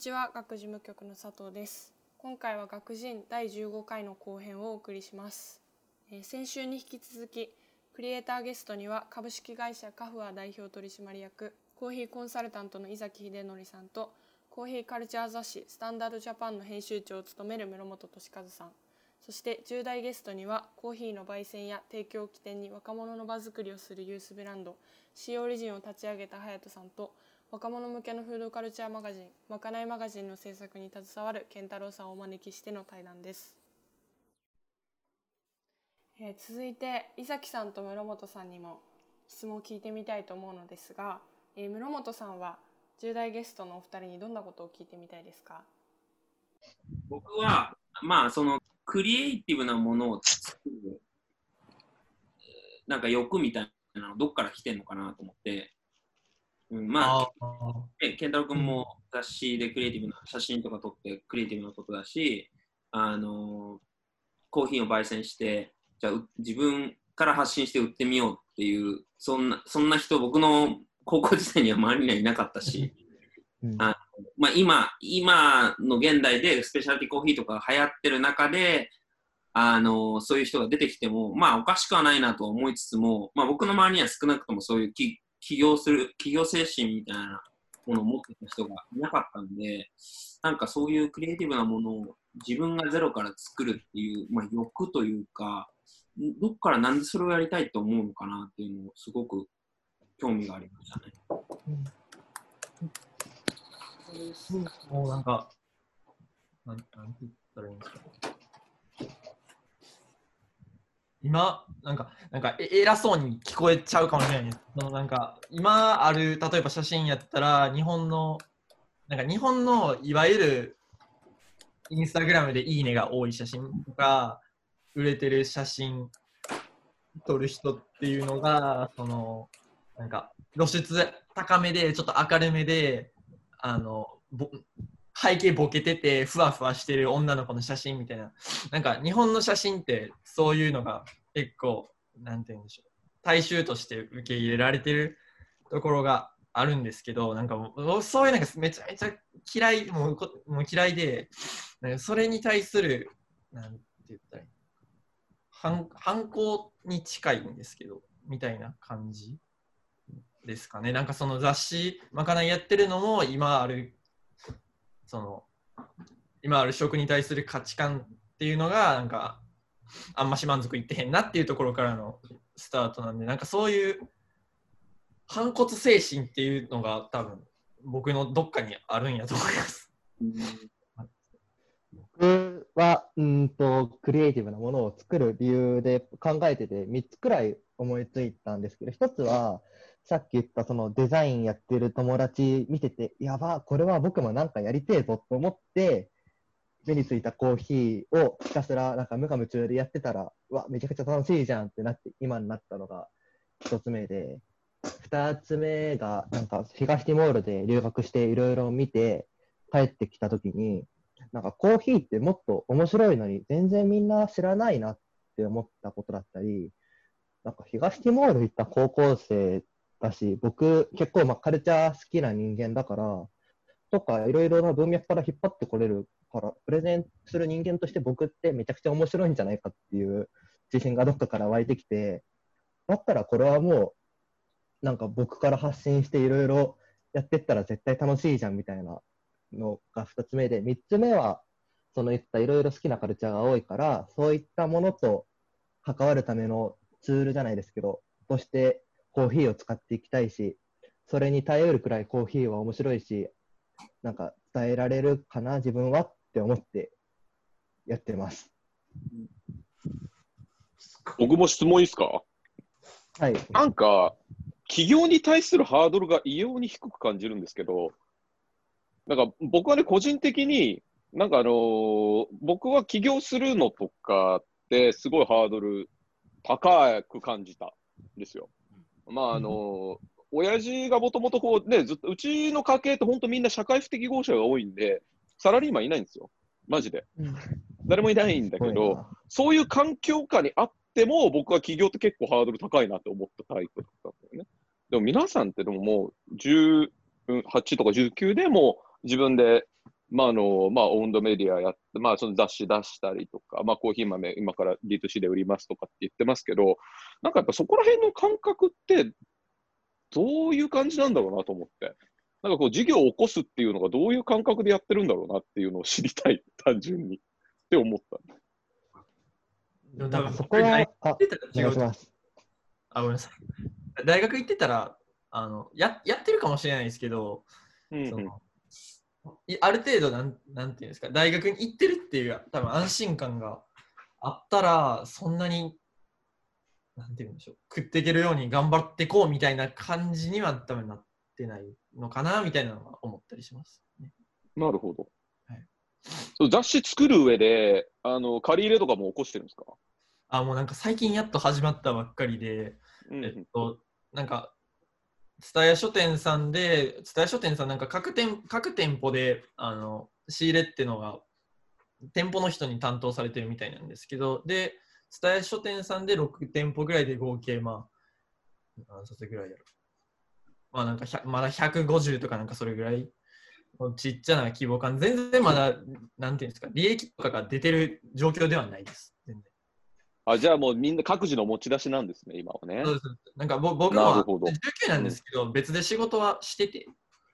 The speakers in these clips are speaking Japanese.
ちは、学事務局の佐藤です。今回は学人第15回の後編をお送りします。先週に引き続き、クリエイターゲストには株式会社カフア代表取締役、コーヒーコンサルタントの井崎秀則さんと、コーヒーカルチャー雑誌スタンダードジャパンの編集長を務める室本俊和さん、そして10代ゲストにはコーヒーの焙煎や提供を起点に若者の場づくりをするユースブランド C オリジンを立ち上げた隼人さんと、若者向けのフードカルチャーマガジンまかないマガジンの制作に携わる健太郎さんをお招きしての対談です。続いて井崎さんと室本さんにも質問を聞いてみたいと思うのですが、室本さんは10代ゲストのお二人にどんなことを聞いてみたいですか？ 僕はそのクリエイティブなものを作るなんか欲みたいなのどっから来てんのかなと思って、健太郎君も雑誌でクリエイティブな写真とか撮ってクリエイティブなことだし、コーヒーを焙煎してじゃあ自分から発信して売ってみようっていうそんな人僕の高校時代には周りにはいなかったし、今の現代でスペシャルティコーヒーとか流行ってる中でそういう人が出てきてもおかしくはないなと思いつつも、僕の周りには少なくともそういう起業精神みたいなものを持ってた人がいなかったんで、なんかそういうクリエイティブなものを自分がゼロから作るっていう、欲というか、どっからなんでそれをやりたいと思うのかなっていうのをすごく興味がありましたね。 もうなんて言ったらいいんですか。今なんか偉そうに聞こえちゃうかもしれないです。なんか今ある例えば写真やったら日本のいわゆるインスタグラムでいいねが多い写真とか売れてる写真撮る人っていうのがなんか露出高めでちょっと明るめで背景ボケててふわふわしてる女の子の写真みたいな、なんか日本の写真ってそういうのが結構なんて言うんでしょう、大衆として受け入れられてるところがあるんですけど、なんかもうそういうのがめちゃめちゃ嫌い、もう嫌いで、なんかそれに対するなんて言ったらいい、反抗に近いんですけどみたいな感じですかね。なんかその雑誌まかないやってるのも今ある食に対する価値観っていうのがなんかあんまし満足いってへんなっていうところからのスタートなんで、なんかそういう反骨精神っていうのが多分僕のどっかにあるんやと思います。 僕はクリエイティブなものを作る理由で考えてて3つくらい思いついたんですけど、1つはさっき言ったそのデザインやってる友達見てて、やば、これは僕もなんかやりてえぞと思って目についたコーヒーをひたすらなんか無我夢中でやってたら、うわ、めちゃくちゃ楽しいじゃんってなって今になったのが1つ目で、2つ目がなんか東ティモールで留学していろいろ見て帰ってきた時に、なんかコーヒーってもっと面白いのに全然みんな知らないなって思ったことだったり、なんか東ティモール行った高校生だし、僕結構カルチャー好きな人間だからとか、いろいろな文脈から引っ張ってこれるから、プレゼンする人間として僕ってめちゃくちゃ面白いんじゃないかっていう自信がどっかから湧いてきて、だったらこれはもうなんか僕から発信していろいろやってったら絶対楽しいじゃんみたいなのが2つ目で、3つ目はそのいったいろいろ好きなカルチャーが多いから、そういったものと関わるためのツールじゃないですけどとしてコーヒーを使っていきたいし、それに耐えうるくらいコーヒーは面白いし、なんか伝えられるかな自分はって思ってやってます。 僕も質問いいですか？ はい。 なんか起業に対するハードルが異様に低く感じるんですけど、なんか僕はね、個人的になんか僕は起業するのとかってすごいハードル高く感じたんですよ。親父がもともとこうね、ずっとうちの家系って本当みんな社会不適合者が多いんで、サラリーマンいないんですよ。マジで。誰もいないんだけど、そういう環境下にあっても僕は起業って結構ハードル高いなって思ったタイプだったんだよね。でも皆さんってでももう18とか19でも自分でオウンドメディアやって、その雑誌出したりとか、コーヒー豆今から D2C で売りますとかって言ってますけど、なんかやっぱそこら辺の感覚ってどういう感じなんだろうなと思って。なんかこう事業を起こすっていうのがどういう感覚でやってるんだろうなっていうのを知りたい、単純に。って思った。 でも多分そこは、 大学あ、 行ってたらお願いします。 ごめんなさい。大学行ってたら、やってるかもしれないですけど、そのある程度なんていうんですか、大学に行ってるっていう多分安心感があったら、そんなに、なんていうんでしょう、食っていけるように頑張っていこうみたいな感じには多分なってないのかなみたいなのは思ったりします、ね。 なるほど。 はい、 そう雑誌作る上で、借り入れとかも起こしてるんですか？ もうなんか最近やっと始まったばっかりで、なんか、蔦屋書店さんなんか各店舗で仕入れっていうのが店舗の人に担当されてるみたいなんですけど、で、蔦屋書店さんで6店舗ぐらいで合計、何冊ぐらいやる。なんかまだ150とかなんかそれぐらい、ちっちゃな規模感、全然まだ、なんていうんですか、利益とかが出てる状況ではないです。全然。 じゃあもうみんな各自の持ち出しなんですね、今はね。 そうです。なんか僕も19なんですけど、別で仕事はしてて、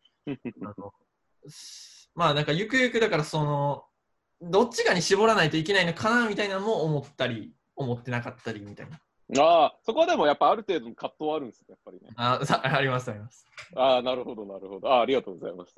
なんかゆくゆくだからどっちかに絞らないといけないのかなみたいなのも思ったり、思ってなかったりみたいな。 そこはでもやっぱある程度の葛藤はあるんですね、やっぱりね。 ありますあります。 なるほどなるほど。ありがとうございます。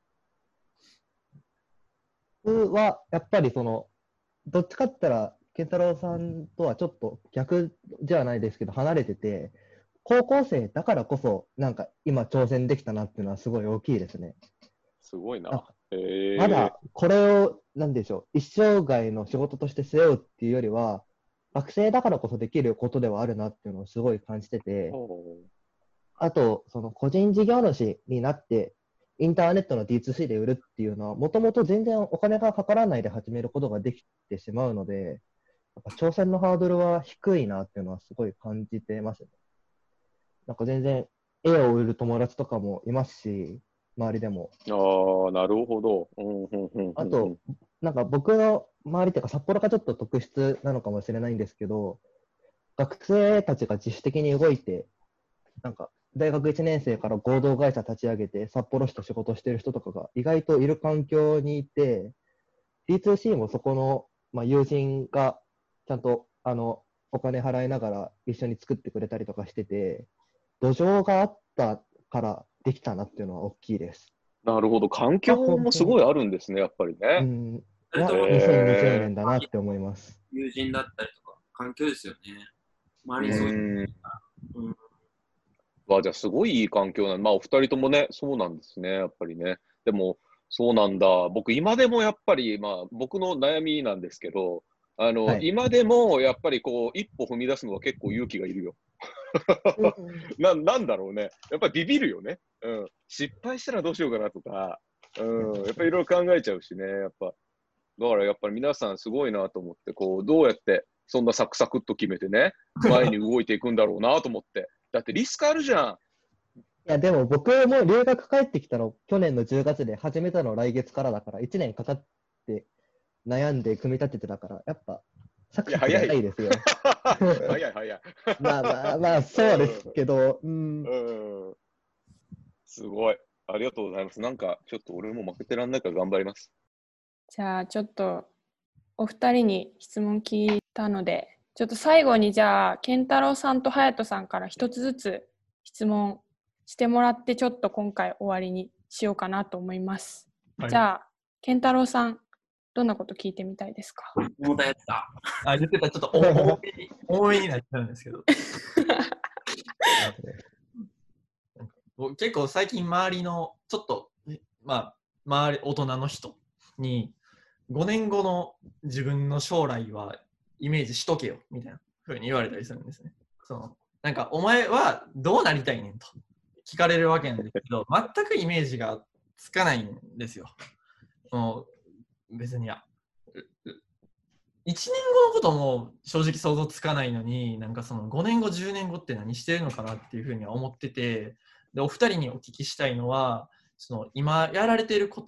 僕はやっぱりどっちかって言ったら、健太郎さんとはちょっと逆じゃないですけど、離れてて、高校生だからこそ、なんか今挑戦できたなっていうのはすごい大きいですね。 すごいな。 まだこれを、なんでしょう、一生涯の仕事として背負うっていうよりは、学生だからこそできることではあるなっていうのをすごい感じてて、あと、個人事業主になって、インターネットの D2C で売るっていうのは、もともと全然お金がかからないで始めることができてしまうので、やっぱ挑戦のハードルは低いなっていうのはすごい感じてますね。なんか全然絵を売る友達とかもいますし、周りでも。 なるほど。 あと、なんか僕の周りっていうか札幌がちょっと特殊なのかもしれないんですけど、学生たちが自主的に動いて、なんか大学1年生から合同会社立ち上げて、札幌市と仕事してる人とかが意外といる環境にいて、D2C もそこの、友人がちゃんとお金払いながら一緒に作ってくれたりとかしてて、土壌があったからできたなっていうのは大きいです。 なるほど。環境もすごいあるんですね、やっぱりね。 2020年だなって思います。 友人だったりとか、環境ですよね。周りにそういう。 じゃあすごいいい環境お二人ともね、そうなんですね、やっぱりね。でも、そうなんだ。僕、今でもやっぱり、僕の悩みなんですけど、今でもやっぱりこう、一歩踏み出すのは結構勇気がいるよ。なんだろうね。やっぱりビビるよね。失敗したらどうしようかなとか、やっぱりいろいろ考えちゃうしね、やっぱ。だからやっぱり皆さんすごいなと思って、どうやってそんなサクサクっと決めてね、前に動いていくんだろうなと思って。だってリスクあるじゃん。 いや、でも僕も留学帰ってきたの、去年の10月で始めたの来月からだから、1年かかって悩んで組み立ててたから、やっぱ、サクサク早いですよ。 早い。 そうですけど、 すごい。ありがとうございます。なんか、ちょっと俺も負けてらんないから頑張ります。 じゃあ、ちょっと、お二人に質問聞いたので、ちょっと最後にじゃあ、健太郎さんと隼人さんから一つずつ質問してもらって、ちょっと今回終わりにしようかなと思います。はい、じゃあ、健太郎さん、どんなこと聞いてみたいですか？ 重たいやつだ。 言ってたらちょっと多めになっちゃうんですけど。結構最近周りのちょっと周り大人の人に5年後の自分の将来はイメージしとけよみたいな風に言われたりするんですね。なんかお前はどうなりたいねんと聞かれるわけなんですけど、全くイメージがつかないんですよ。別に1年後のことも正直想像つかないのに、なんか5年後10年後って何してるのかなっていうふうには思ってて、でお二人にお聞きしたいのは今やられていることっ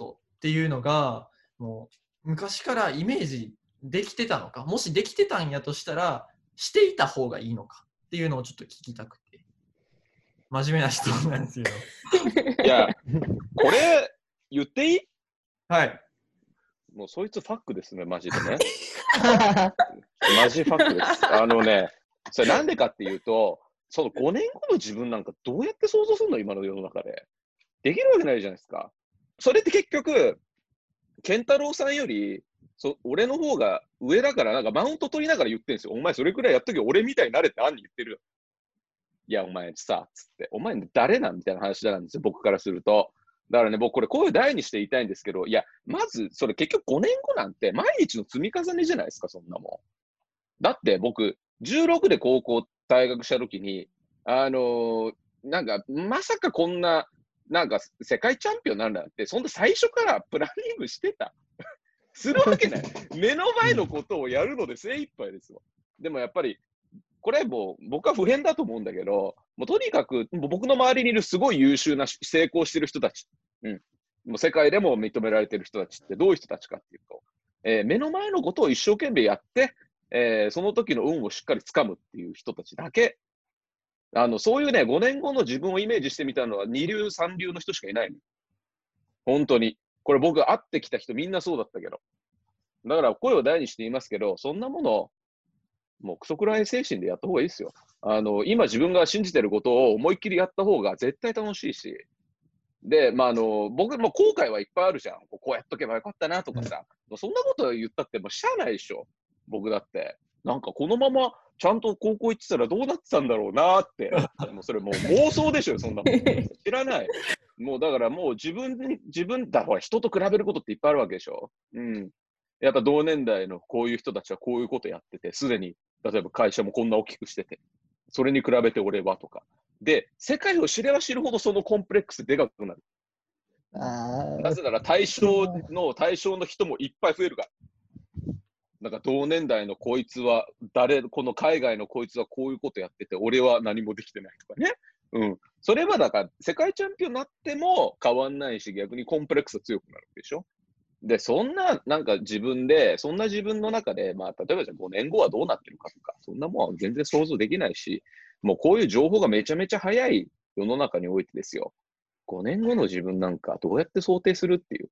っていうのがもう昔からイメージできてたのか、もしできてたんやとしたらしていた方がいいのかっていうのをちょっと聞きたくて、真面目な質問なんですけど。 いや、これ、言っていい？ はい。 もうそいつファックですね、マジでね。マジファックです。それなんでかっていうと、その5年後の自分なんかどうやって想像するの今の世の中で。できるわけないじゃないですか。それって結局、健太郎さんより、俺の方が上だから、なんかマウント取りながら言ってるんですよ。お前それくらいやっとき俺みたいになれって案に言ってるよ。いや、お前さ、つって、お前誰なんみたいな話なんですよ、僕からすると。だからね、僕これ声を大にして言いたいんですけど、いや、まず、それ結局5年後なんて毎日の積み重ねじゃないですか、そんなもん。だって僕、16で高校退学した時に、なんか、まさかこんな、なんか世界チャンピオンなんだって、そんな最初からプランニングしてた。するわけない。目の前のことをやるので精一杯ですわ。でもやっぱり、これもう僕は不変だと思うんだけど、もうとにかく僕の周りにいるすごい優秀な成功してる人たち、もう世界でも認められてる人たちってどういう人たちかっていうと、目の前のことを一生懸命やって、その時の運をしっかりつかむっていう人たちだけ。そういうね、5年後の自分をイメージしてみたのは二流三流の人しかいないの。本当に。これ僕会ってきた人みんなそうだったけど。だから声を大にして言いますけど、そんなもの、もうクソくらい精神でやった方がいいですよ。今自分が信じてることを思いっきりやった方が絶対楽しいし。で、僕も後悔はいっぱいあるじゃん。こうやっとけばよかったなとかさ。そんなこと言ったってもうしゃあないでしょ。僕だって。なんかこのままちゃんと高校行ってたらどうなってたんだろうなって。もうそれもう妄想でしょ、そんなもん。知らない。もうだからもう自分だ、ほら人と比べることっていっぱいあるわけでしょ。やっぱ同年代のこういう人たちはこういうことやってて、すでに例えば会社もこんな大きくしてて、それに比べて俺はとか。で、世界を知れば知るほどそのコンプレックスでかくなる。なぜなら対象の人もいっぱい増えるから。なんか同年代のこいつはこの海外のこいつはこういうことやってて、俺は何もできてないとかね。それはだから世界チャンピオンになっても変わんないし、逆にコンプレックスが強くなるでしょ。で、なんかそんな自分の中で、例えばじゃあ5年後はどうなってるかとか、そんなもんは全然想像できないし、もうこういう情報がめちゃめちゃ早い世の中においてですよ。5年後の自分なんかどうやって想定するっていう。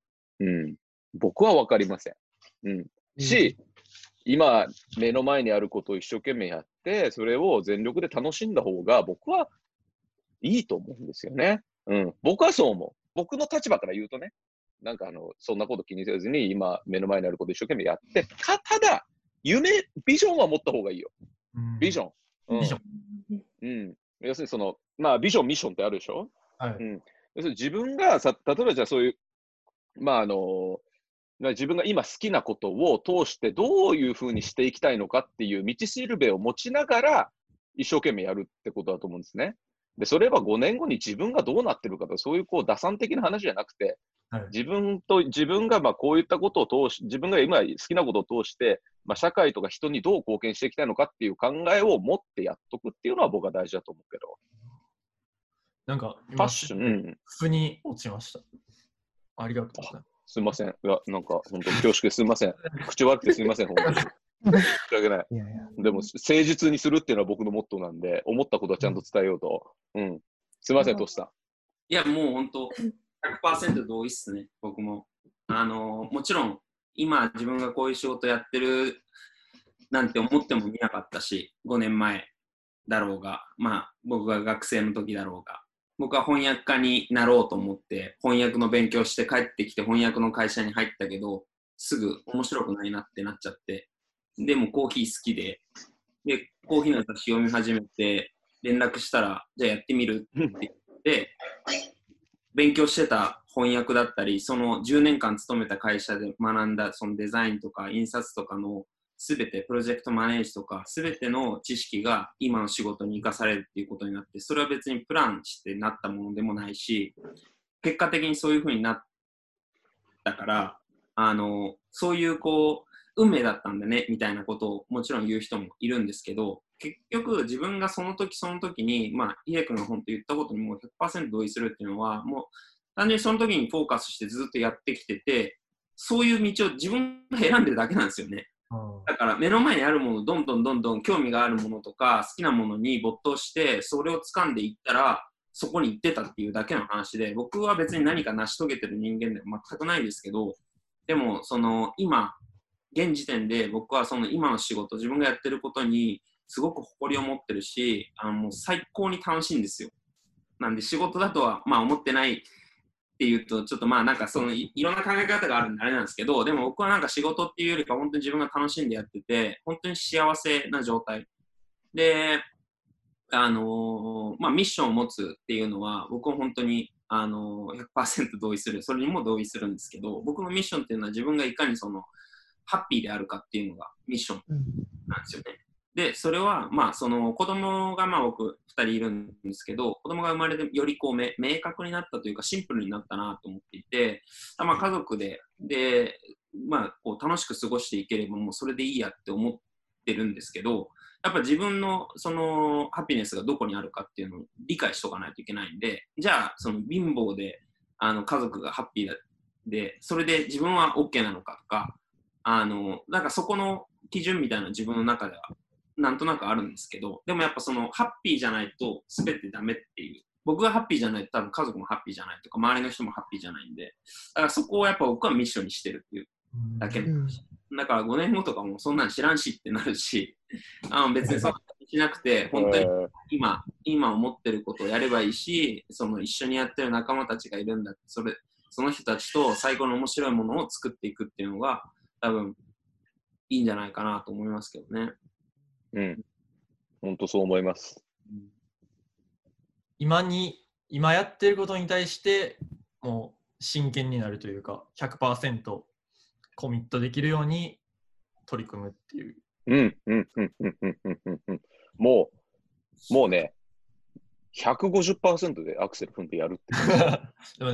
僕はわかりません。今、目の前にあることを一生懸命やって、それを全力で楽しんだ方が僕はいいと思うんですよね。僕はそう思う。僕の立場から言うとね。なんかそんなこと気にせずに、今、目の前にあることを一生懸命やって、ただ、ビジョンは持った方がいいよ。ビジョン。 ビジョン。要するにビジョン、ミッションってあるでしょ？ はい。 要するに自分が例えばじゃあそういう、自分が今好きなことを通してどういうふうにしていきたいのかっていう道しるべを持ちながら、一生懸命やるってことだと思うんですね。で、それは5年後に自分がどうなってるかとか、そういう打算的な話じゃなくて、自分がこういったことを通し、自分が今好きなことを通して、社会とか人にどう貢献していきたいのかっていう考えを持ってやっとくっていうのは僕は大事だと思うけど。 なんか、 ファッション、 腑に落ちました。ありがとうございます。 すみません。いや、なんか本当に恐縮すみません。口悪くてすみません、本当に。申し訳ない。でも、誠実にするっていうのは僕のモットーなんで、思ったことはちゃんと伝えようと。すみません、トシさん。 いや、もう本当、100% 同意っすね、僕も。もちろん、今自分がこういう仕事やってるなんて思ってもみなかったし、5年前だろうが、僕が学生の時だろうが、僕は翻訳家になろうと思って、翻訳の勉強して帰ってきて翻訳の会社に入ったけど、すぐ面白くないなってなっちゃって、でもコーヒー好きで、コーヒーの雑誌読み始めて、連絡したら、じゃあやってみるって言って、勉強してた翻訳だったり、その10年間勤めた会社で学んだそのデザインとか印刷とかのすべてプロジェクトマネージとかすべての知識が今の仕事に生かされるっていうことになって、それは別にプランしてなったものでもないし、結果的にそういうふうになったから、そういう運命だったんだねみたいなことをもちろん言う人もいるんですけど、結局自分がその時その時に、ヒデ君が本当言ったことにもう 100% 同意するっていうのは、もう単純にその時にフォーカスしてずっとやってきてて、そういう道を自分が選んでるだけなんですよね。だから目の前にあるもの、どんどん興味があるものとか好きなものに没頭して、それを掴んでいったらそこに行ってたっていうだけの話で、僕は別に何か成し遂げてる人間では全くないですけど、でもその今現時点で僕はその今の仕事、自分がやってることにすごく誇りを持ってるし、もう最高に楽しいんですよ。なんで仕事だとはまあ思ってないっていうと、ちょっとまあなんかその いろんな考え方があるんであれなんですけど、でも僕はなんか仕事っていうよりか本当に自分が楽しんでやってて、本当に幸せな状態で、まあ、ミッションを持つっていうのは僕は本当に100% 同意する、それにも同意するんですけど、僕のミッションっていうのは自分がいかにそのハッピーであるかっていうのがミッションなんですよね。で、それは、まあ、その子供がまあ僕2人いるんですけど、子供が生まれてよりこう明確になったというかシンプルになったなと思っていて、まあ、家族で、まあ、こう楽しく過ごしていければもうそれでいいやって思ってるんですけど、やっぱ自分のそのハピネスがどこにあるかっていうのを理解しとかないといけないんで、じゃあその貧乏で家族がハッピーで、それで自分は OK なのかとか、なんかそこの基準みたいな自分の中ではなんとなくあるんですけど、でもやっぱそのハッピーじゃないと全てダメっていう、僕がハッピーじゃないと多分家族もハッピーじゃないとか周りの人もハッピーじゃないんで、だからそこをやっぱ僕はミッションにしてるっていうだけの話。だから5年後とかもそんなん知らんしってなるし、別にそんなにしなくて、本当に今思ってることをやればいいし、その一緒にやってる仲間たちがいるんだって、その人たちと最高の面白いものを作っていくっていうのが多分いいんじゃないかなと思いますけどね。 うん。本当そう思います。 今やってることに対してもう真剣になるというか 100% コミットできるように取り組むっていう。 もうね、150% でアクセル踏んでやるっていう。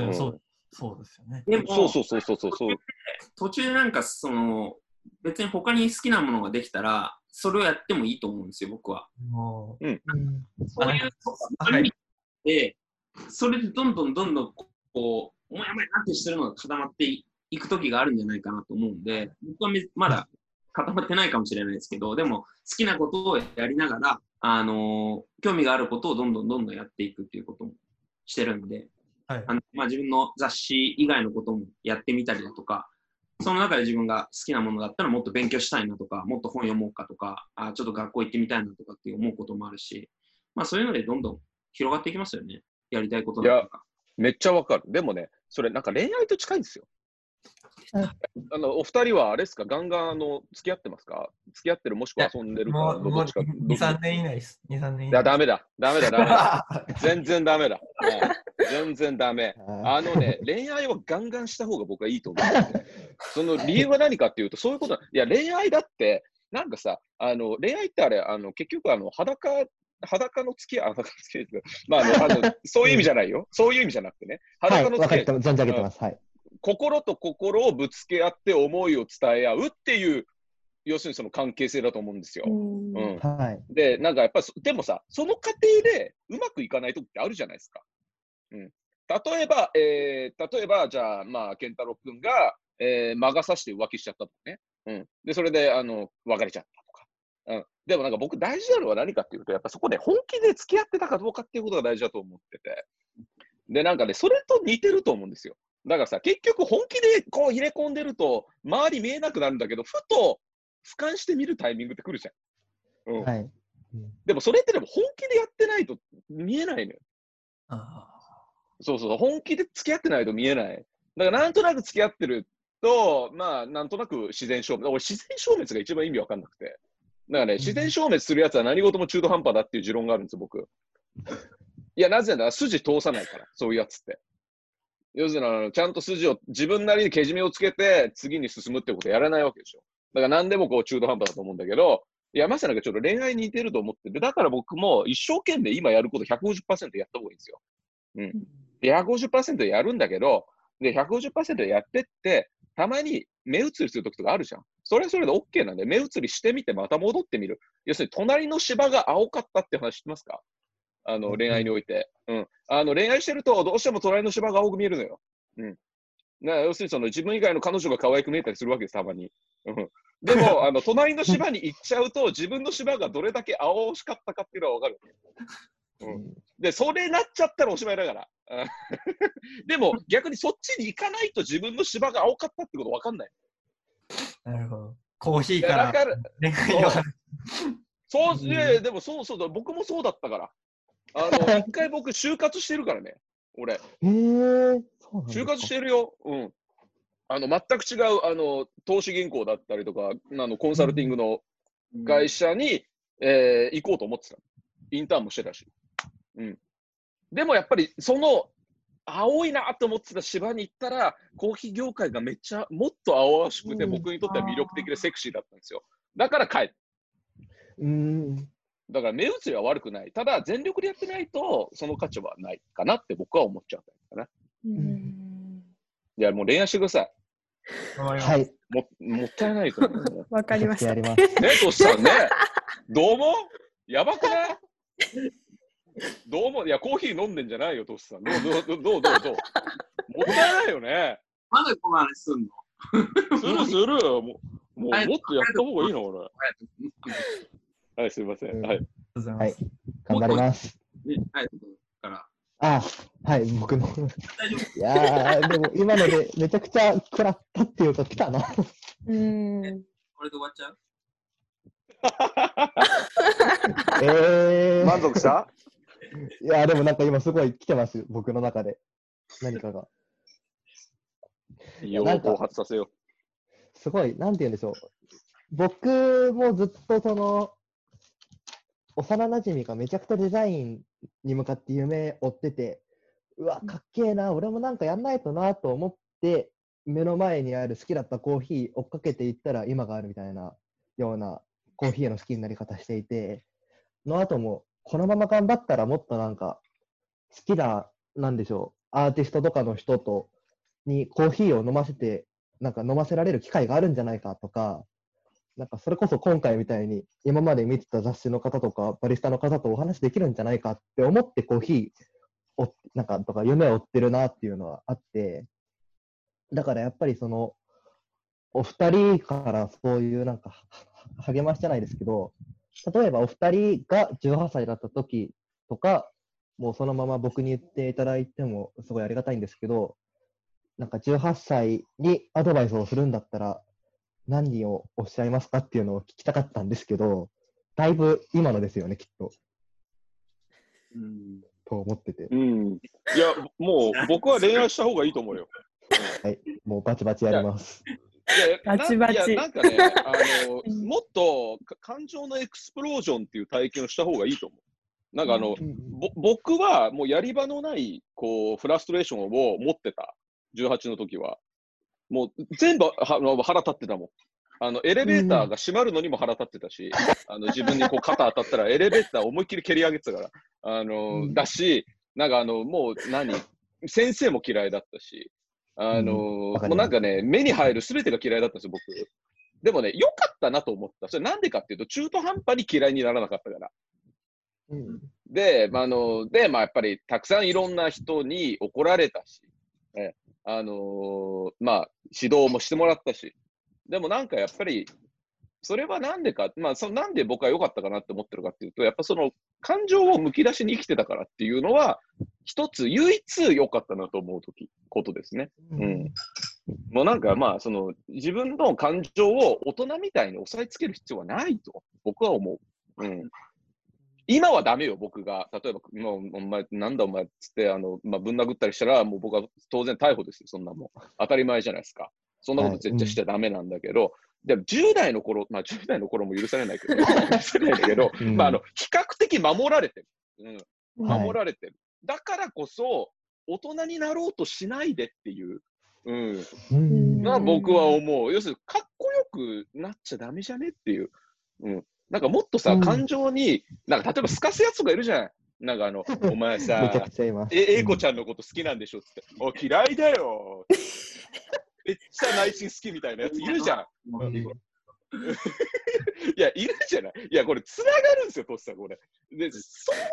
でもそうですよね。 でもそう。 途中でなんかその別に他に好きなものができたらそれをやってもいいと思うんですよ、僕は。そういう意味で、それでどんどんこうもやもやってしてるのが固まっていく時があるんじゃないかなと思うんで、僕はまだ固まってないかもしれないですけど、でも好きなことをやりながら興味があることをどんどんやっていくっていうこともしてるんで、 はい、 まあ、自分の雑誌以外のこともやってみたりだとか、その中で自分が好きなものだったらもっと勉強したいなとか、もっと本読もうかとか、ちょっと学校行ってみたいなとかって思うこともあるし、まあそういうのでどんどん広がっていきますよね。やりたいことだとか。 いや、めっちゃわかる。でもね、それなんか恋愛と近いんですよ。お二人はあれですか、ガンガン付き合ってますか？付き合ってるもしくは遊んでるかどっちか。 2、3年以内です。2、3年以内。 いや、ダメだ。全然ダメだ。全然ダメ。恋愛はガンガンした方が僕はいいと思う。その理由は何かっていうと、そういうこといや、恋愛だって、なんかさ、恋愛ってあれ、結局裸の付き合い、まあそういう意味じゃないよ。そういう意味じゃなくてね。裸の付き合い。 はい、存じ上げてます。はい。 心と心をぶつけ合って思いを伝え合うっていう、要するにその関係性だと思うんですよ。 はい。 で、なんかやっぱり、でもさ、その過程でうまくいかないときってあるじゃないですか。例えば、じゃあ、まあ、健太郎くんが、魔が差して浮気しちゃったとかね。で、それで、別れちゃったとか。でもなんか僕大事なのは何かっていうと、やっぱそこで本気で付き合ってたかどうかっていうことが大事だと思ってて。で、なんかね、それと似てると思うんですよ。だからさ、結局本気でこう入れ込んでると、周り見えなくなるんだけど、ふと俯瞰して見るタイミングって来るじゃん。 はい。 でもそれってでも本気でやってないと見えないのよ。そう、本気で付き合ってないと見えない。だからなんとなく付き合ってると、まあ、なんとなく自然消滅。俺、自然消滅が一番意味わかんなくて。だからね、自然消滅するやつは何事も中途半端だっていう持論があるんですよ、僕。いや、なぜなら筋通さないから、そういうやつって。要するに、ちゃんと筋を、自分なりにけじめをつけて、次に進むってことをやらないわけでしょ。だから何でもこう中途半端だと思うんだけど、いや、まさにちょっと恋愛に似てると思ってて、だから僕も一生懸命今やること 150% やった方がいいんですよ。で、150% やるんだけど、で、150% やってって、たまに目移りするときとかあるじゃん。それはそれで OK なんで、目移りしてみてまた戻ってみる。要するに、隣の芝が青かったって話知ってますか？ 恋愛において。恋愛してると、どうしても隣の芝が青く見えるのよ。要するにその自分以外の彼女が可愛く見えたりするわけです、たまに。でも、隣の芝に行っちゃうと、自分の芝がどれだけ青々しかったかっていうのは分かる。で、それなっちゃったらおしまいだから。でも、逆にそっちに行かないと自分の芝が青かったってこと分かんない。 なるほど。コーヒーから恋愛の話。 でもそうだ、僕もそうだったから。一回僕、就活してるからね、俺。就活してるよ。全く違う、投資銀行だったりとか、コンサルティングの会社に、行こうと思ってた。インターンもしてたし。でもやっぱり、その、青いなと思ってた芝に行ったら、コーヒー業界がめっちゃ、もっと青々しくて、僕にとっては魅力的でセクシーだったんですよ。だから帰る。だから目移りは悪くない。ただ、全力でやってないと、その価値はないかなって僕は思っちゃったかな。いや、もう恋愛してください。 はい。 もったいないと思う。 わかりました。 ね、トシさんね。どうもやばくないどうもいや、コーヒー飲んでんじゃないよ、トシさん。どうもったいないよね。 まだこの話すんのするよ。もっとやった方がいいの、俺。はい、すみません。はい。 はい。頑張ります。はい、僕の。いやー、でも今のでめちゃくちゃ食らったっていうか、来たな。 これで終わっちゃう満足した？ いや、でもなんか今すごい来てます、僕の中で。何かが。 いいよ、暴発させよう。すごい、なんて言うんでしょう。僕もずっとその、幼馴染がめちゃくちゃデザインに向かって夢追ってて、うわ、かっけえな、俺もなんかやんないとなと思って、目の前にある好きだったコーヒー追っかけていったら今があるみたいなようなコーヒーの好きになり方していて、の後もこのまま頑張ったらもっとなんか好きな、なんでしょう、アーティストとかの人とにコーヒーを飲ませられる機会があるんじゃないかとか、なんかそれこそ今回みたいに今まで見てた雑誌の方とかバリスタの方とお話できるんじゃないかって思ってコーヒーをなんかとか夢を追ってるなっていうのはあって、だからやっぱりそのお二人からそういうなんか励ましじゃないですけど、例えばお二人が18歳だった時とか、もうそのまま僕に言っていただいてもすごいありがたいんですけど、なんか18歳にアドバイスをするんだったら何をおっしゃいますかっていうのを聞きたかったんですけど、だいぶ今のですよね、きっと。と思ってて。 いや、もう僕は恋愛した方がいいと思うよ。 はい、もうバチバチやります。 バチバチ。 いや、なんかね、もっと感情のエクスプロージョンっていう体験をした方がいいと思う。なんか僕はもうやり場のないこうフラストレーションを持ってた。18の時は。もう全部腹立ってたもん。エレベーターが閉まるのにも腹立ってたし、自分にこう肩当たったらエレベーター思いっきり蹴り上げてたから、だし、なんかもう先生も嫌いだったし、もうなんかね、目に入るすべてが嫌いだったんですよ、僕。でもね、良かったなと思った。それなんでかっていうと、中途半端に嫌いにならなかったから。で、やっぱりたくさんいろんな人に怒られたし、指導もしてもらったし、でもなんかやっぱり、それはなんでか、なんで僕は良かったかなって思ってるかっていうと、やっぱその感情をむき出しに生きてたからっていうのは、一つ唯一良かったなと思うことですね。もうなんかその自分の感情を大人みたいに押さえつける必要はないと僕は思う。今はダメよ、僕が。例えば、もうお前、なんだお前っつって、ぶん殴ったりしたら、もう僕は当然逮捕ですよ、そんなもん。当たり前じゃないですか。そんなこと絶対しちゃダメなんだけど、でも10代の頃、10代の頃も許されないけど、許されないけど、比較的守られてる。守られてる。だからこそ、大人になろうとしないでっていう、僕は思う。要するに、かっこよくなっちゃダメじゃねっていう。なんかもっとさ、感情に、なんか例えば透かすやつとかいるじゃん。なんかお前さ、英子ちゃんのこと好きなんでしょって。嫌いだよ。めっちゃ内心好きみたいなやついるじゃん。いや、いるじゃない。いや、これ、つながるんですよ、トシさん、これ。で、そういう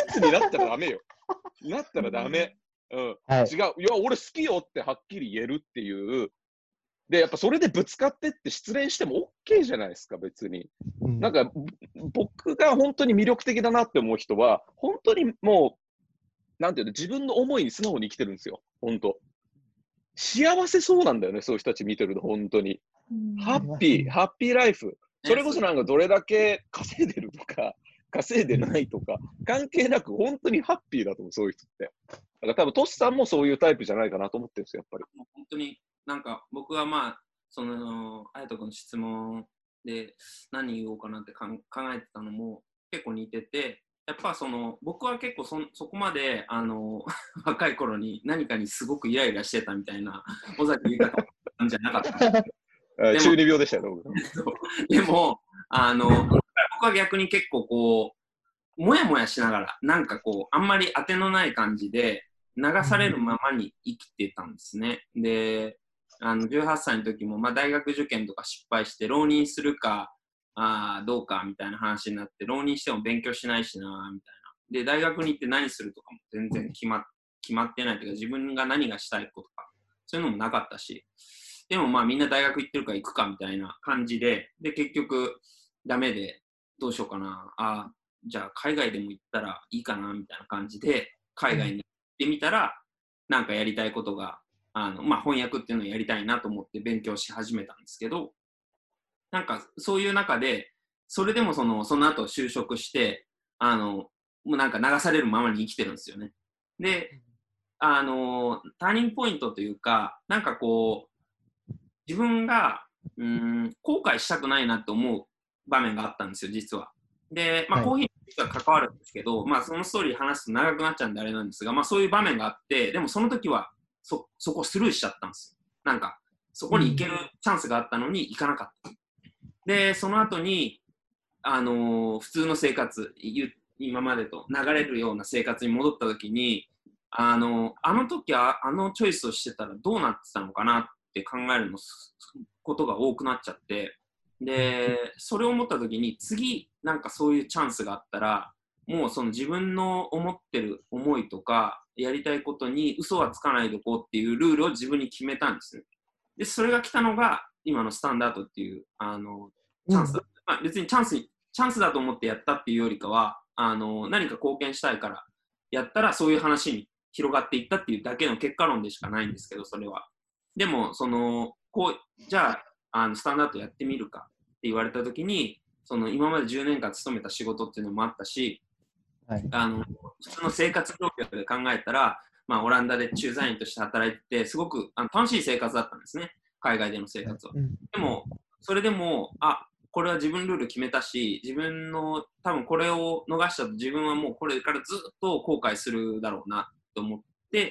やつになったらダメよ。なったらダメ。うん。 はい。 違う。いや、俺好きよってはっきり言えるっていう。で、やっぱそれでぶつかってって失恋しても OK じゃないですか、別に。 うんなんか、僕が本当に魅力的だなって思う人は、本当にもう、なんていうの、自分の思いに素直に生きてるんですよ。本当。幸せそうなんだよね、そういう人たち見てると、本当に。ハッピーライフ。それこそなんかどれだけ稼いでるとか、稼いでないとか、関係なく本当にハッピーだと思う、そういう人って。だから多分トシさんもそういうタイプじゃないかなと思ってるんですよ、やっぱり。 もう本当になんか僕はまあその隼人君の質問で何言おうかなって考えてたのも結構似てて、やっぱその僕は結構そこまで若い頃に何かにすごくイライラしてたみたいな尾崎豊なんじゃなかったんです中二病でしたよね、僕。 でも僕は逆に結構こうもやもやしながらなんかこうあんまり当てのない感じで流されるままに生きてたんですね。で、18歳の時も、まあ、大学受験とか失敗して浪人するかどうかみたいな話になって、浪人しても勉強しないしなみたいな。で、大学に行って何するとかも全然決まってないというか、自分が何がしたいことか、そういうのもなかったし、でもまあみんな大学行ってるから行くかみたいな感じで、で、結局ダメで、どうしようかな、じゃあ海外でも行ったらいいかなみたいな感じで、海外に行ってみたら、なんかやりたいことが、まあ、翻訳っていうのをやりたいなと思って勉強し始めたんですけど、なんかそういう中で、それでもその後就職して、もうなんか流されるままに生きてるんですよね。で、ターニングポイントというか、なんかこう、自分が後悔したくないなと思う場面があったんですよ、実は。で、まあ、コーヒーに実は関わるんですけど、まあ、そのストーリー話すと長くなっちゃうんであれなんですが、まあ、そういう場面があって、でもその時はそこスルーしちゃったんですよ。なんか、そこに行けるチャンスがあったのに行かなかった。で、その後に、普通の生活、今までと流れるような生活に戻った時に、あの時はチョイスをしてたらどうなってたのかなって考えることが多くなっちゃって、で、それを思った時に次なんかそういうチャンスがあったら、もうその自分の思ってる思いとかやりたいことに嘘はつかないでおこうっていうルールを自分に決めたんですね。で、それが来たのが今のスタンダードっていうチャンスだ、まあ、別にチャンスだと思ってやったっていうよりかは何か貢献したいからやったらそういう話に広がっていったっていうだけの結果論でしかないんですけど、それは。でもじゃあスタンダードやってみるかって言われたときに、今まで10年間勤めた仕事っていうのもあったし、はい、普通の生活状況で考えたら、まあ、オランダで駐在員として働いてて、すごく楽しい生活だったんですね、海外での生活は。でも、それでも、これは自分ルール決めたし、自分の多分これを逃したと自分はもうこれからずっと後悔するだろうなと思って、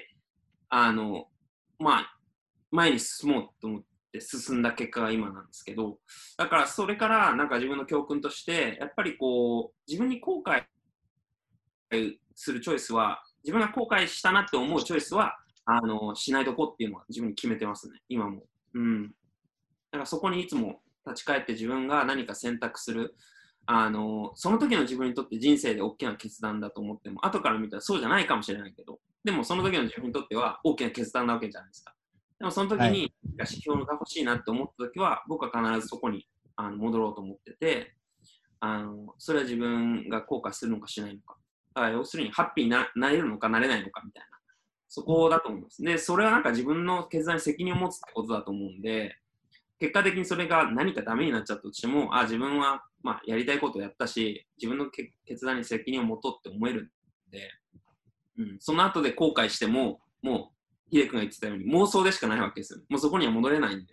まあ、前に進もうと思って進んだ結果が今なんですけど、だからそれからなんか自分の教訓として、やっぱりこう、自分に後悔するチョイスは、自分が後悔したなって思うチョイスは、しないとこっていうのは自分に決めてますね、今も。だからそこにいつも立ち返って自分が何か選択する、その時の自分にとって人生で大きな決断だと思っても、後から見たらそうじゃないかもしれないけど、でもその時の自分にとっては大きな決断なわけじゃないですか。でもその時に指標が欲しいなって思った時は、僕は必ずそこに戻ろうと思ってて、それは自分が後悔するのかしないのか。だから要するにハッピーに なれるのかなれないのかみたいな。そこだと思います。で、それはなんか自分の決断に責任を持つってことだと思うんで、結果的にそれが何かダメになっちゃったとしても、自分はまあやりたいことをやったし、自分の決断に責任を持とうって思えるんで、その後で後悔しても、もう、秀君が言ってたように妄想でしかないわけですよ。もうそこには戻れないんで。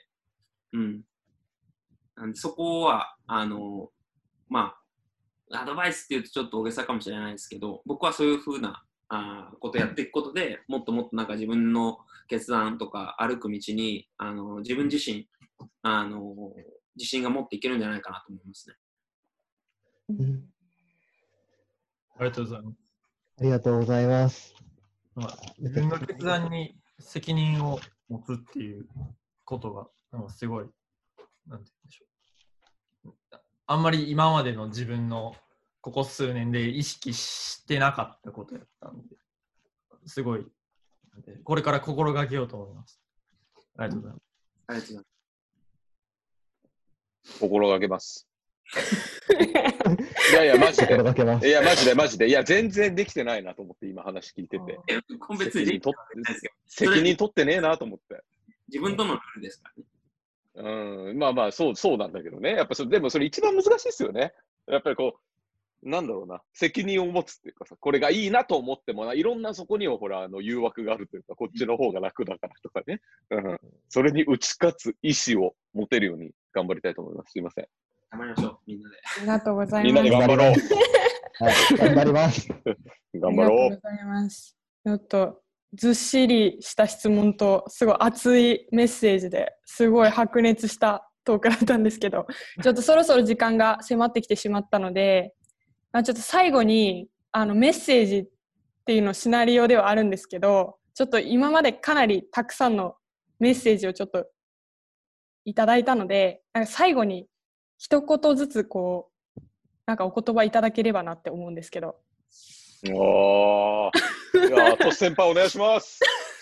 なんでそこは、まあ、アドバイスって言うとちょっと大げさかもしれないですけど、僕はそういうふうなことをやっていくことでもっともっとなんか自分の決断とか歩く道に自分自身自信が持っていけるんじゃないかなと思いますね。 ありがとうございます。 ありがとうございます。 自分の決断に責任を持つっていうことがすごい、なんて言うんでしょう。あんまり今までの自分のここ数年で意識してなかったことやったんで、すごい、これから心がけようと思います。ありがとうございます。 ありがとうございます。 心がけます。いやいや、マジで。 心がけます。 いや、マジで。いや、全然できてないなと思って、今話聞いてて。 別に責任取ってねえなと思って。 自分とのルールですからね。 うん、まあまあ、そうなんだけどね。やっぱでもそれ一番難しいですよね。やっぱりこう、なんだろうな、責任を持つっていうかさ、これがいいなと思ってもな、いろんなそこにはほら、誘惑があるというか、こっちの方が楽だからとかね。うん、それに打ち勝つ意志を持てるように頑張りたいと思います。すいません。 頑張りましょう、みんなで。 ありがとうございます。 みんなで頑張ろう。 はい、頑張ります。 頑張ろう。 ありがとうございます。ちょっとずっしりした質問とすごい熱いメッセージですごい白熱したトークだったんですけど、ちょっとそろそろ時間が迫ってきてしまったので、ちょっと最後にメッセージっていうのシナリオではあるんですけど、ちょっと今までかなりたくさんのメッセージをちょっといただいたので、なんか最後に一言ずつこうなんかお言葉いただければなって思うんですけど。 おー。いや、トシ先輩お願いします。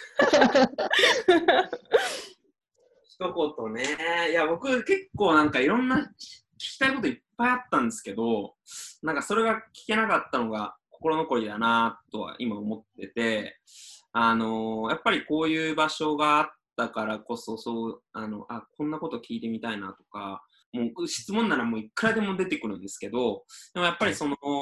一言ね。いや、僕結構なんかいろんな聞きたいこといっぱいあったんですけど、なんかそれが聞けなかったのが心残りだなとは今思ってて、やっぱりこういう場所があったからこそ、こんなこと聞いてみたいなとか、もう質問ならもういくらでも出てくるんですけど、でもやっぱり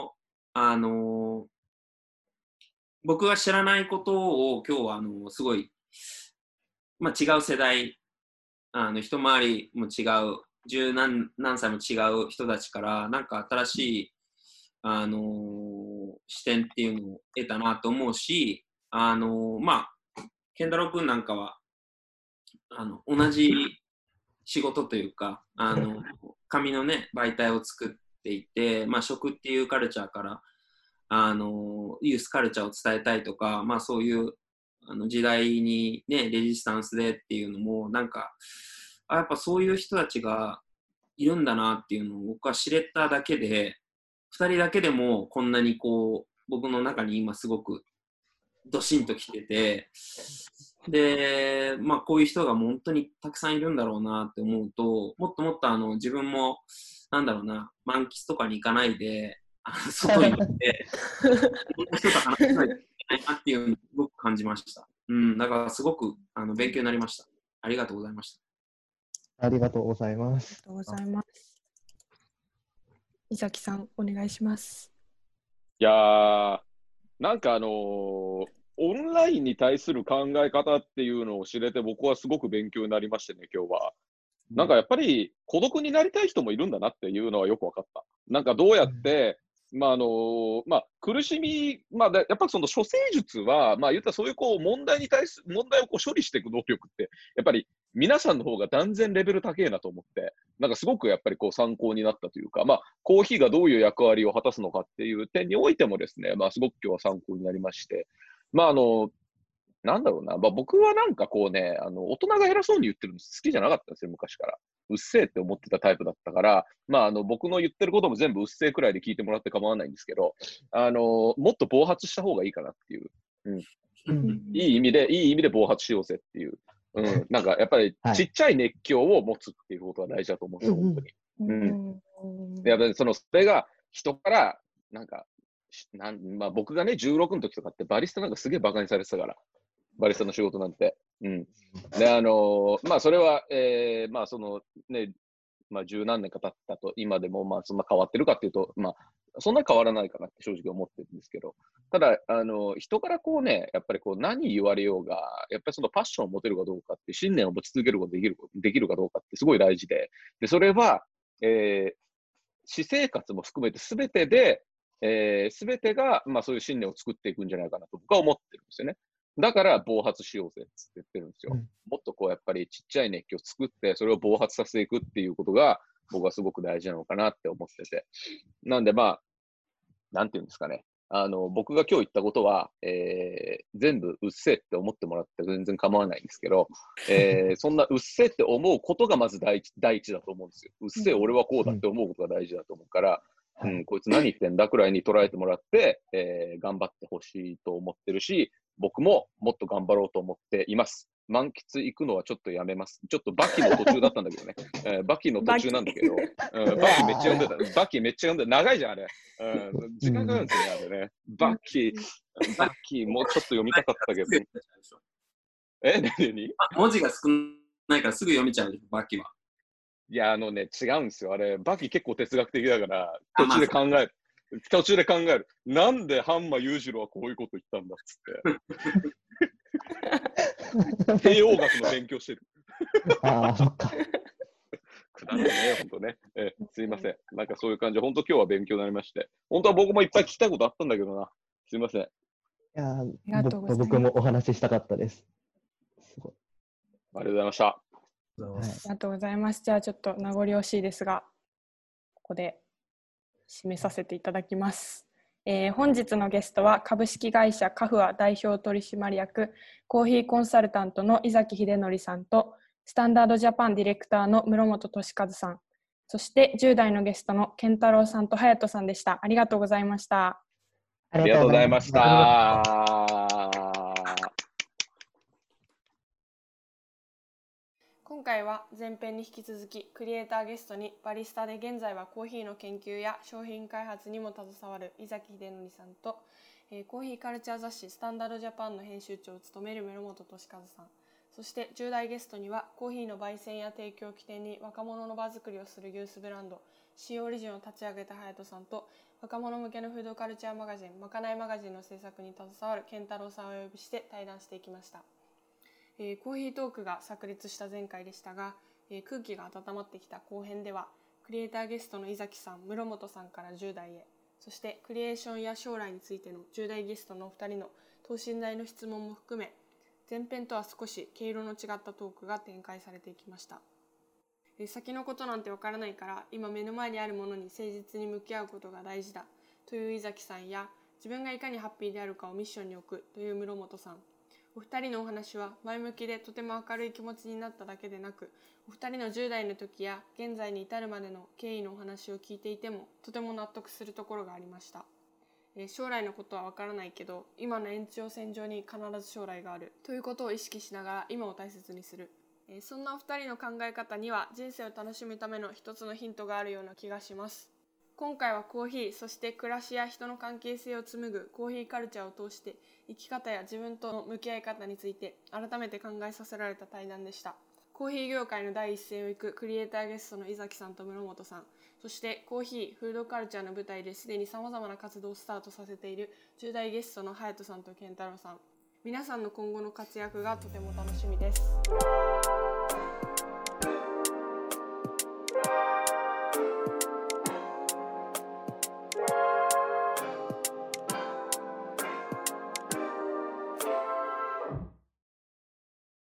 僕が知らないことを今日はすごい、違う世代、一回りも違う、十何歳も違う人たちからなんか新しい、視点っていうのを得たなと思うし、健太郎君なんかは同じ仕事というか紙のね媒体を作っていて、食っていうカルチャーからユースカルチャーを伝えたいとか、そういう時代にねレジスタンスでっていうのもなんかやっぱそういう人たちがいるんだなっていうのを僕は知れただけで、2人だけでもこんなにこう僕の中に今すごくドシンときてて、で、こういう人が本当にたくさんいるんだろうなって思うと、もっともっと自分も満喫とかに行かないで外に行っていろんな人と話さないといけないなっていうのをすごく感じました。だからすごく勉強になりました。ありがとうございました。 ありがとうございます。 ありがとうございます。伊崎さん、お願いします。 いやー、なんかオンラインに対する考え方っていうのを知れて僕はすごく勉強になりましてね、今日は。なんかやっぱり孤独になりたい人もいるんだなっていうのはよく分かった。なんかどうやって、苦しみ、やっぱりその処世術は、言ったらそういうこう問題をこう処理していく能力って、やっぱり皆さんの方が断然レベル高いなと思って、なんかすごくやっぱりこう参考になったというか、コーヒーがどういう役割を果たすのかっていう点においてもですね、すごく今日は参考になりまして、なんだろうな、僕はなんかこうね、大人が偉そうに言ってるの好きじゃなかったんですよ、昔から。うっせえって思ってたタイプだったから、僕の言ってることも全部うっせえくらいで聞いてもらって構わないんですけど、もっと暴発した方がいいかなっていう、いい意味で暴発しようぜっていう、なんかやっぱりちっちゃい熱狂を持つっていうことが大事だと思うんですよ、本当に。やっぱりそれが人から、なんか、僕がね、16の時とかってバリスタなんかすげえバカにされてたから。バリスタの仕事なんて。で、それは、そのね、十何年か経ったと、今でも、そんな変わってるかっていうと、そんな変わらないかなって正直思ってるんですけど、ただ、人からこうね、やっぱりこう何言われようが、やっぱりそのパッションを持てるかどうかって、信念を持ち続けることができるかどうかってすごい大事で、それは、私生活も含めて全てで、全てが、そういう信念を作っていくんじゃないかなと僕は思ってるんですよね。だから暴発しようぜって言ってるんですよ。もっとこうやっぱりちっちゃい熱狂を作ってそれを暴発させていくっていうことが僕はすごく大事なのかなって思ってて。なんでなんていうんですかね。僕が今日言ったことは、全部うっせえって思ってもらって全然構わないんですけど、そんなうっせえって思うことがまず第一だと思うんですよ。うっせえ俺はこうだって思うことが大事だと思うから、 こいつ何言ってんだくらいに捉えてもらって、頑張ってほしいと思ってるし、僕ももっと頑張ろうと思っています。満喫行くのはちょっとやめます。ちょっとバキの途中だったんだけどね。バキの途中なんだけど、バキめっちゃ読んでた。バキめっちゃ読んでた。長いじゃん、あれ。時間かかるんですよね、あれね。バキもうちょっと読みたかったけど。何文字が少ないからすぐ読めちゃうでしょ、バキは。 いや、違うんですよ。あれ、バキ結構哲学的だから、途中で考える。途中で考える。なんでハンマ裕次郎はこういうこと言ったんだっつって。西洋学の勉強してる。 ああ、そっか。 くだらねえ、ほんとね。すいません。なんかそういう感じで、本当今日は勉強になりまして。本当は僕もいっぱい聞きたいことあったんだけどな。すいません。 いやありがとうございます僕もお話ししたかったです。すごい。 ありがとうございました。 ありがとうございます。 ありがとうございます。じゃあちょっと名残惜しいですが、ここで締めさせていただきます。本日のゲストは株式会社カフア代表取締役コーヒーコンサルタントの井崎秀則さんとスタンダードジャパンディレクターの室本俊和さん、そして10代のゲストの健太郎さんと隼人さんでした。ありがとうございました。 ありがとうございましあた。 今回は前編に引き続きクリエイターゲストにバリスタで現在はコーヒーの研究や商品開発にも携わる井崎秀則さんと、コーヒーカルチャー雑誌スタンダードジャパンの編集長を務める室本俊和さん、そして10代ゲストにはコーヒーの焙煎や提供を起点に若者の場作りをするユースブランドシーオリジンを立ち上げた隼人さんと、若者向けのフードカルチャーマガジンまかないマガジンの制作に携わる健太郎さんをお呼びして対談していきました。コーヒートークが炸裂した前回でしたが、空気が温まってきた後編ではクリエイターゲストの井崎さん、室本さんから10代へ、そしてクリエーションや将来についての10代ゲストのお二人の等身大の質問も含め、前編とは少し毛色の違ったトークが展開されていきました。先のことなんてわからないから今目の前にあるものに誠実に向き合うことが大事だという井崎さんや、自分がいかにハッピーであるかをミッションに置くという室本さん、お二人のお話は前向きでとても明るい気持ちになっただけでなく、お二人の10代の時や現在に至るまでの経緯のお話を聞いていてもとても納得するところがありました。将来のことはわからないけど今の延長線上に必ず将来があるということを意識しながら今を大切にする、そんなお二人の考え方には人生を楽しむための一つのヒントがあるような気がします。今回はコーヒー、そして暮らしや人の関係性を紡ぐコーヒーカルチャーを通して生き方や自分との向き合い方について改めて考えさせられた対談でした。コーヒー業界の第一線を行くクリエイターゲストの井崎さんと室本さん、そしてコーヒー、フードカルチャーの舞台ですでに様々な活動をスタートさせている10代ゲストの隼人さんと健太郎さん、皆さんの今後の活躍がとても楽しみです。